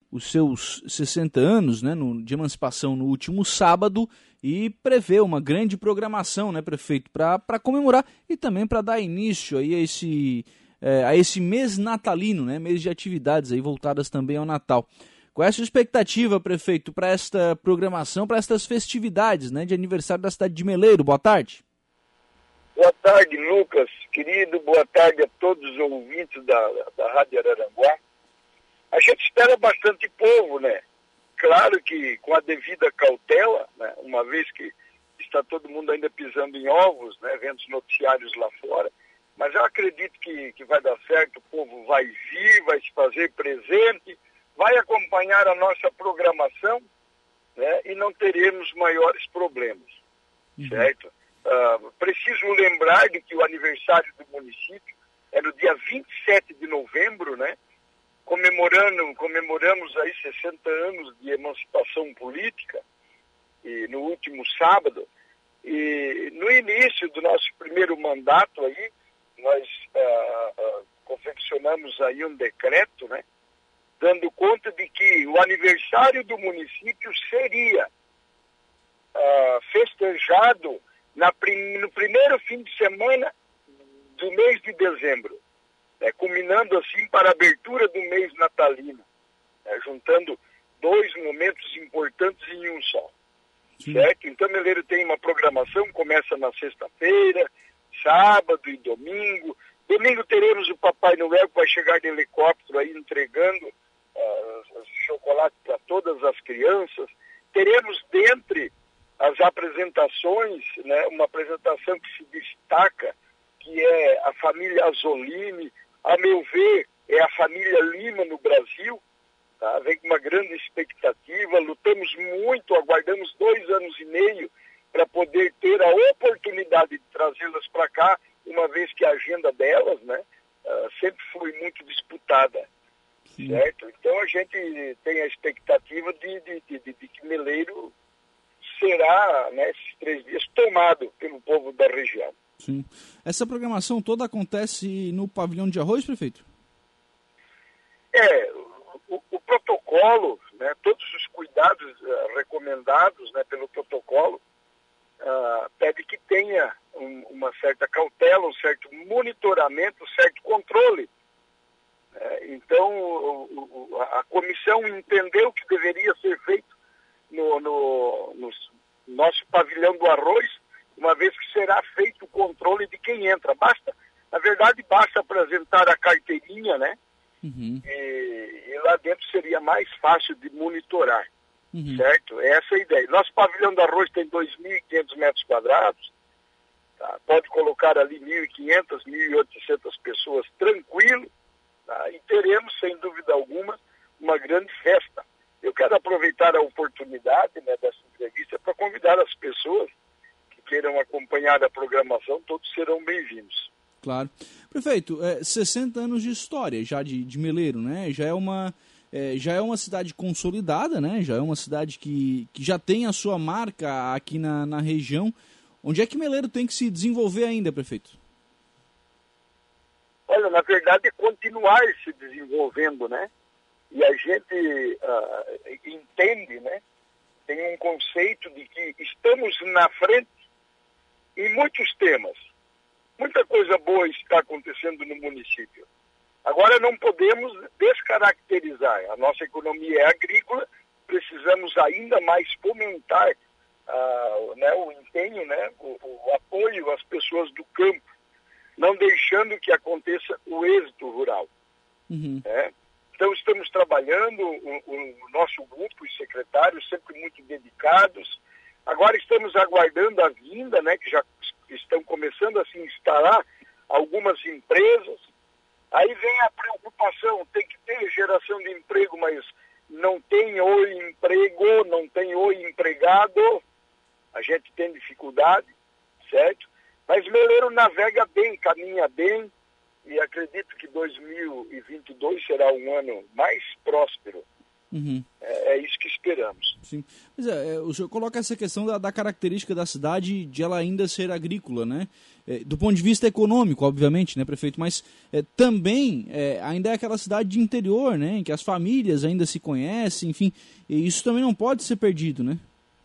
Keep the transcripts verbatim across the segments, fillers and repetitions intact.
os seus sessenta anos, né, no, de emancipação no último sábado, e prevê uma grande programação, né, prefeito, para comemorar e também para dar início aí a esse, é, a esse mês natalino, né, mês de atividades aí voltadas também ao Natal. Qual é a sua expectativa, prefeito, para esta programação, para estas festividades, né, de aniversário da cidade de Meleiro? Boa tarde. Boa tarde, Lucas, querido, boa tarde a todos os ouvintes da, da Rádio Araranguá. A gente espera bastante povo, né? Claro que com a devida cautela, né? Uma vez que está todo mundo ainda pisando em ovos, né? Vendo os noticiários lá fora, mas eu acredito que, que vai dar certo, o povo vai vir, vai se fazer presente, vai acompanhar a nossa programação, né? E não teremos maiores problemas, uhum. Certo? Uh, preciso lembrar de que o aniversário do município é no dia vinte e sete de novembro, né? Comemorando, comemoramos aí sessenta anos de emancipação política, e no último sábado, e no início do nosso primeiro mandato aí, nós uh, uh, confeccionamos aí um decreto, né? Dando conta de que o aniversário do município seria uh, festejado Na prim, no primeiro fim de semana do mês de dezembro, né, culminando assim para a abertura do mês natalino, né, juntando dois momentos importantes em um só. Sim. Certo? Então, Meleiro tem uma programação, começa na sexta-feira, sábado e domingo. Domingo teremos o Papai Noel que vai chegar de helicóptero aí entregando uh, chocolate para todas as crianças. Teremos dentre as apresentações, né, uma apresentação que se destaca, que é a família Azzolini, a meu ver, é a família Lima no Brasil, tá? Vem com uma grande expectativa, lutamos muito, aguardamos dois anos e meio para poder ter a oportunidade de trazê-las para cá, uma vez que a agenda delas, né, uh, sempre foi muito disputada, Sim. Certo? Então a gente tem a expectativa de, de, de, de, de que Meleiro será, né, esses três dias tomado pelo povo da região. Sim. Essa programação toda acontece no pavilhão de arroz, prefeito? É, o, o protocolo, né, todos os cuidados uh, recomendados, né, pelo protocolo, uh, pede que tenha um, uma certa cautela, um certo monitoramento, um certo controle. Uh, então, o, o, a comissão entendeu que deveria ser feito No, no, no nosso pavilhão do arroz, uma vez que será feito o controle de quem entra. Basta, na verdade, basta apresentar a carteirinha, né? Uhum. E, e lá dentro seria mais fácil de monitorar, uhum. Certo? Essa é a ideia. Nosso pavilhão do arroz tem dois mil e quinhentos metros quadrados, tá? Pode colocar ali mil e quinhentas, mil e oitocentas pessoas tranquilo, tá? E teremos, sem dúvida alguma, uma grande festa. Eu quero aproveitar a oportunidade, né, dessa entrevista para convidar as pessoas que queiram acompanhar a programação, todos serão bem-vindos. Claro. Prefeito, é, sessenta anos de história já de, de Meleiro, né? Já é uma, é, já é uma cidade consolidada, né? Já é uma cidade que, que já tem a sua marca aqui na, na região. Onde é que Meleiro tem que se desenvolver ainda, prefeito? Olha, na verdade é continuar se desenvolvendo, né? E a gente uh, entende, né? Tem um conceito de que estamos na frente em muitos temas. Muita coisa boa está acontecendo no município. Agora não podemos descaracterizar. A nossa economia é agrícola, precisamos ainda mais fomentar uh, né, o empenho, né, o, o apoio às pessoas do campo, não deixando que aconteça o êxito rural. Uhum. Né? Então, estamos trabalhando, o, o nosso grupo, os secretários, sempre muito dedicados. Agora estamos aguardando a vinda, né, que já estão começando a se instalar algumas empresas. Aí vem a preocupação, tem que ter geração de emprego, mas não tem o emprego, não tem o empregado. A gente tem dificuldade, certo? Mas Meleiro navega bem, caminha bem. E acredito que dois mil e vinte e dois será um ano mais próspero. Uhum. É, é isso que esperamos. sim. Mas é, o senhor coloca essa questão da, da característica da cidade de ela ainda ser agrícola, né? É, do ponto de vista econômico, obviamente, né, prefeito? Mas é, também é, ainda é aquela cidade de interior, né? Em que as famílias ainda se conhecem, enfim. E isso também não pode ser perdido, né?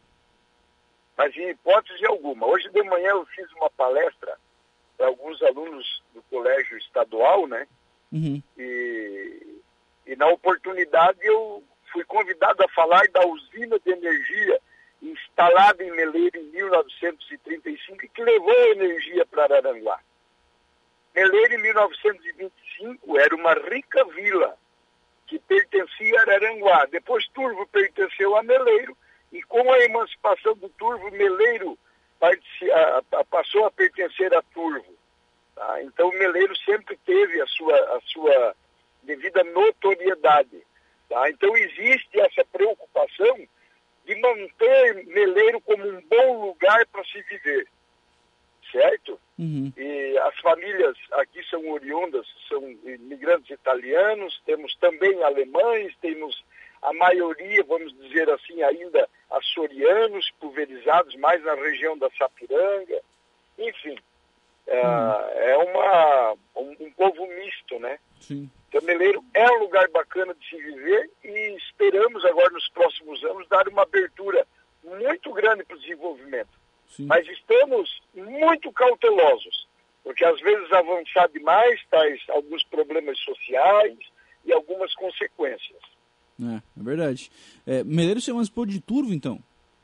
Mas em hipótese alguma. Hoje de manhã eu fiz uma palestra para alguns alunos do colégio estadual, né? Uhum. E, e na oportunidade eu fui convidado a falar da usina de energia instalada em Meleiro em mil novecentos e trinta e cinco, que levou energia para Araranguá. Meleiro, em mil novecentos e vinte e cinco, era uma rica vila que pertencia a Araranguá. Depois Turvo pertenceu a Meleiro, e com a emancipação do Turvo, Meleiro passou a pertencer a Turvo. Tá? Então Meleiro sempre teve a sua, a sua devida notoriedade. Tá? Então existe essa preocupação de manter Meleiro como um bom lugar para se viver, certo? Uhum. E as famílias aqui são oriundas, são imigrantes italianos, temos também alemães, temos a maioria, vamos dizer assim, ainda açorianos, pulverizados mais na região da Sapiranga, enfim, é, uhum. é uma, um, um povo misto, né? Sim. Então, Meleiro é um lugar bacana de se viver e esperamos agora nos próximos anos dar uma abertura muito grande para o desenvolvimento. Sim. Mas estamos muito cautelosos, porque às vezes avançar demais traz alguns problemas sociais e algumas consequências. É, é verdade. É, Meleiro se emancipou de Turvo, então?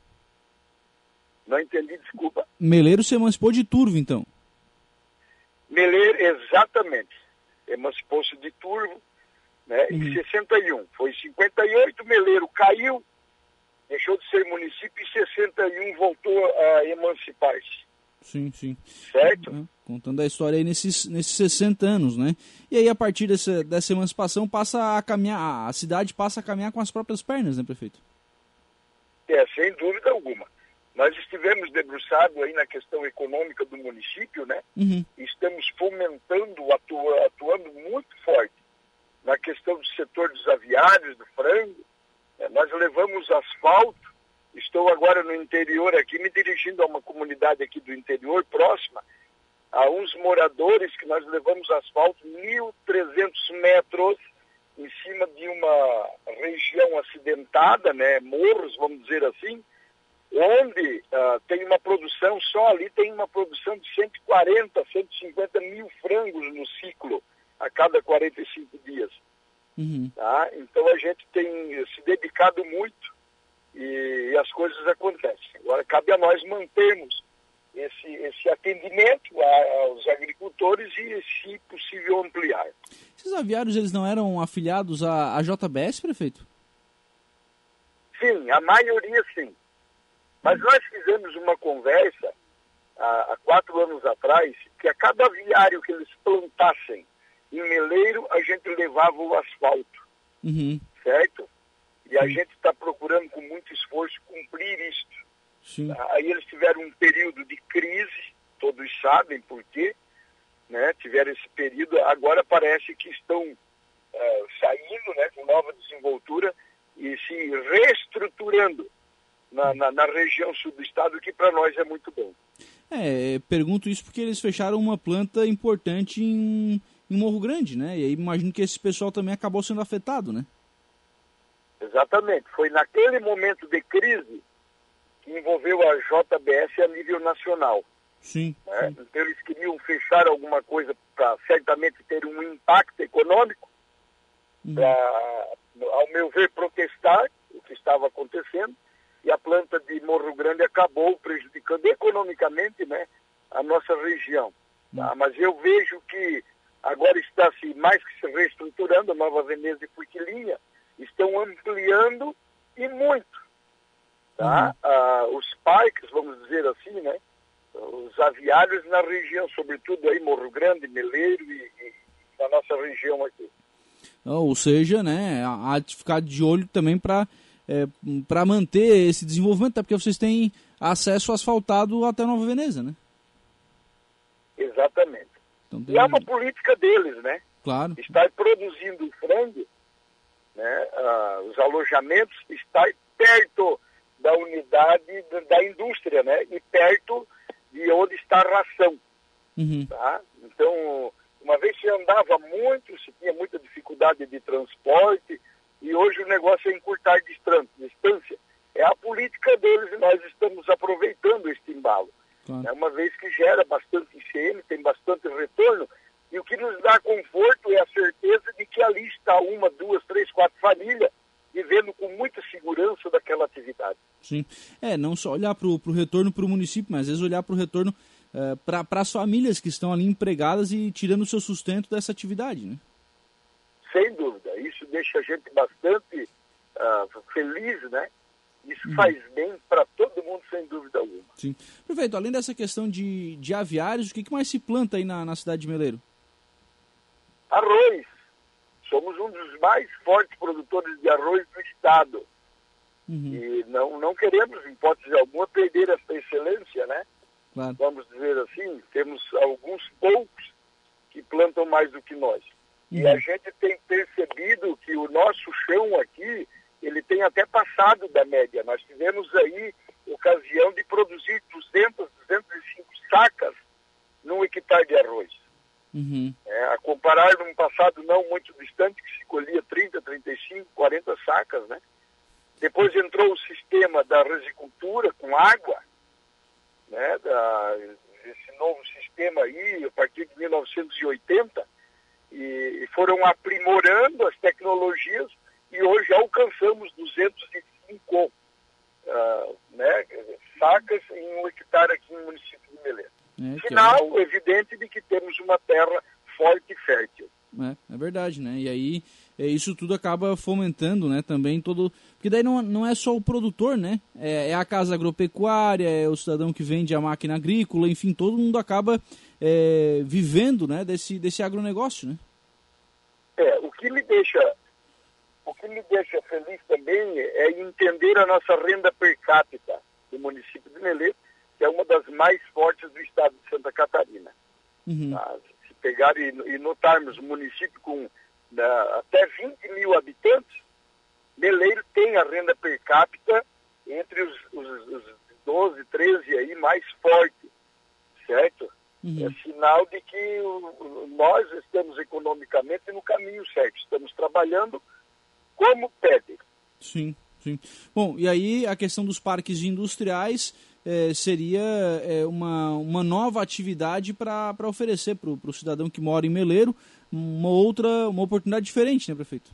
Não entendi, desculpa. Meleiro se emancipou de Turvo, então? Meleiro, exatamente. Emancipou-se de Turvo, né, uhum. em sessenta e um. Foi em cinquenta e oito, Meleiro caiu, deixou de ser município, e em sessenta e um voltou a emancipar-se. Sim, sim. Certo? É, contando a história aí nesses, nesses sessenta anos, né? E aí, a partir dessa, dessa emancipação, passa a caminhar, a cidade passa a caminhar com as próprias pernas, né, prefeito? É, sem dúvida alguma. Nós estivemos debruçados aí na questão econômica do município, né? Uhum. Estamos fomentando, atua, atuando muito forte na questão do setor dos aviários, do frango. É, nós levamos asfalto. Estou agora no interior aqui, me dirigindo a uma comunidade aqui do interior, próxima, a uns moradores que nós levamos asfalto mil e trezentos metros em cima de uma região acidentada, né? Morros, vamos dizer assim, onde uh, tem uma produção, só ali tem uma produção de cento e quarenta, cento e cinquenta mil frangos no ciclo, a cada quarenta e cinco dias. Uhum. Tá? Então a gente tem se dedicado muito e, e as coisas acontecem. Agora cabe a nós mantermos esse, esse atendimento a, aos agricultores e, se possível, ampliar. Esses aviários, eles não eram afiliados à, à J B S, prefeito? Sim, a maioria sim. Mas nós fizemos uma conversa há, há quatro anos atrás, que a cada aviário que eles plantassem em Meleiro, a gente levava o asfalto, uhum. certo? E a Sim. gente está procurando com muito esforço cumprir isto. Sim. Aí eles tiveram um período de crise, todos sabem por quê, né? Tiveram esse período, agora parece que estão uh, saindo, né, com nova desenvoltura e se reestruturando Na, na, na região sul do estado, que para nós é muito bom. É, pergunto isso porque eles fecharam uma planta importante em, em Morro Grande, né? E aí imagino que esse pessoal também acabou sendo afetado, né? Exatamente. Foi naquele momento de crise que envolveu a J B S a nível nacional. Sim. Né? sim. Então eles queriam fechar alguma coisa para certamente ter um impacto econômico, uhum. para, ao meu ver, protestar o que estava acontecendo. E a planta de Morro Grande acabou prejudicando economicamente, né, a nossa região. Tá? Mas eu vejo que agora está se mais que se reestruturando, a Nova Veneza e Forquilinha estão ampliando e muito. Tá? Uhum. Ah, os parques, vamos dizer assim, né, os aviários na região, sobretudo aí Morro Grande, Meleiro e, e na nossa região aqui. Ou seja, né, há de ficar de olho também para É, para manter esse desenvolvimento, até porque vocês têm acesso asfaltado até Nova Veneza, né? Exatamente. Então, tem... E é uma política deles, né? Claro. Estar produzindo frango, né? Ah, os alojamentos, estar perto da unidade da, da indústria, né? E perto de onde está a ração. Uhum. Tá? Então, uma vez se andava muito, se tinha muita dificuldade de transporte, e hoje o negócio é encurtar distância. É a política deles e nós estamos aproveitando este embalo. Claro. É uma vez que gera bastante I C M, tem bastante retorno, e o que nos dá conforto é a certeza de que ali está uma, duas, três, quatro famílias vivendo com muita segurança daquela atividade. Sim, é, não só olhar para o retorno para o município, mas às vezes olhar para o retorno uh, para as famílias que estão ali empregadas e tirando o seu sustento dessa atividade, né? Sem dúvida, isso deixa a gente bastante uh, feliz, né? Isso uhum. faz bem para todo mundo, sem dúvida alguma. Sim. Prefeito, além dessa questão de, de aviários, o que, que mais se planta aí na, na cidade de Meleiro? Arroz. Somos um dos mais fortes produtores de arroz do estado. Uhum. E não, não queremos, em hipótese alguma, perder essa excelência, né? Claro. Vamos dizer assim, temos alguns poucos que plantam mais do que nós. Uhum. E a gente tem percebido que o nosso chão aqui, ele tem até passado da média. Nós tivemos aí ocasião de produzir duzentas, duzentas e cinco sacas num hectare de arroz. Uhum. É, a comparar num passado não muito distante, que se colhia trinta, trinta e cinco, quarenta sacas, né? Depois entrou o sistema da resicultura com água, né? Da, esse novo sistema aí, a partir de mil novecentos e oitenta, e, e foram aprimorando as tecnologias e hoje alcançamos duzentos e cinco uh, né, sacas em um hectare aqui no município de Meleiro. É, Sinal é... evidente de que temos uma terra forte e fértil. É, é verdade, né? E aí é, isso tudo acaba fomentando, né, também todo... Porque daí não, não é só o produtor, né? É, é a casa agropecuária, é o cidadão que vende a máquina agrícola, enfim, todo mundo acaba é, vivendo, né, desse, desse agronegócio, né? É, o que me deixa, o que me deixa feliz também é entender a nossa renda per capita do município de Meleiro, que é uma das mais fortes do estado de Santa Catarina. Uhum. Tá? Se pegar e, e notarmos um município com né, até vinte mil habitantes, Meleiro tem a renda per capita entre os, os, os doze, treze aí mais forte, certo? Uhum. É sinal de que o, nós estamos economicamente no caminho certo, estamos trabalhando como pede. Sim, sim. Bom, e aí a questão dos parques industriais é, seria é, uma, uma nova atividade para oferecer para o cidadão que mora em Meleiro uma outra, uma oportunidade diferente, né, prefeito?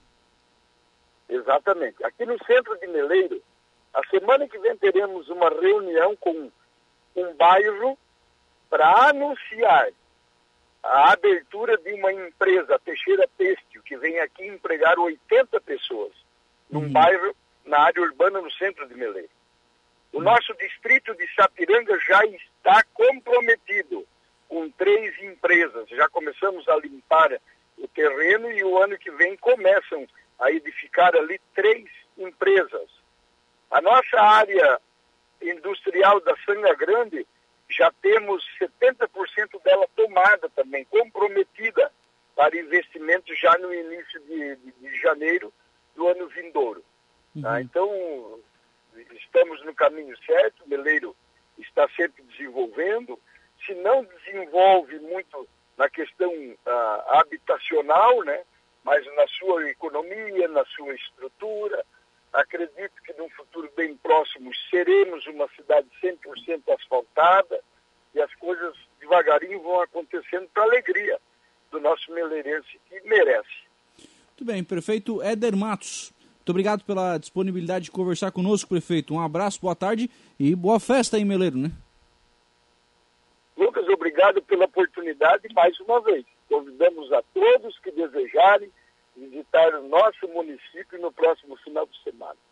Exatamente. Aqui no centro de Meleiro, a semana que vem teremos uma reunião com um bairro para anunciar a abertura de uma empresa, a Teixeira Têxtil, que vem aqui empregar oitenta pessoas num uhum. bairro na área urbana no centro de Meleiro. O nosso distrito de Sapiranga já está comprometido com três empresas. Já começamos a limpar o terreno e o ano que vem começam a edificar ali três empresas. A nossa área industrial da Sanga Grande, já temos setenta por cento dela tomada também, comprometida para investimento já no início de, de, de janeiro do ano vindouro. Uhum. Tá? Então, estamos no caminho certo, o Meleiro está sempre desenvolvendo. Se não desenvolve muito na questão uh, habitacional, né? Mas na sua economia, na sua estrutura, acredito que num futuro bem próximo seremos uma cidade cem por cento asfaltada e as coisas devagarinho vão acontecendo para a alegria do nosso meleirense que merece. Muito bem, prefeito Éder Matos, muito obrigado pela disponibilidade de conversar conosco, prefeito. Um abraço, boa tarde e boa festa aí em Meleiro, né? Lucas, obrigado pela oportunidade mais uma vez. Convidamos a todos que desejarem visitar o nosso município no próximo final de semana.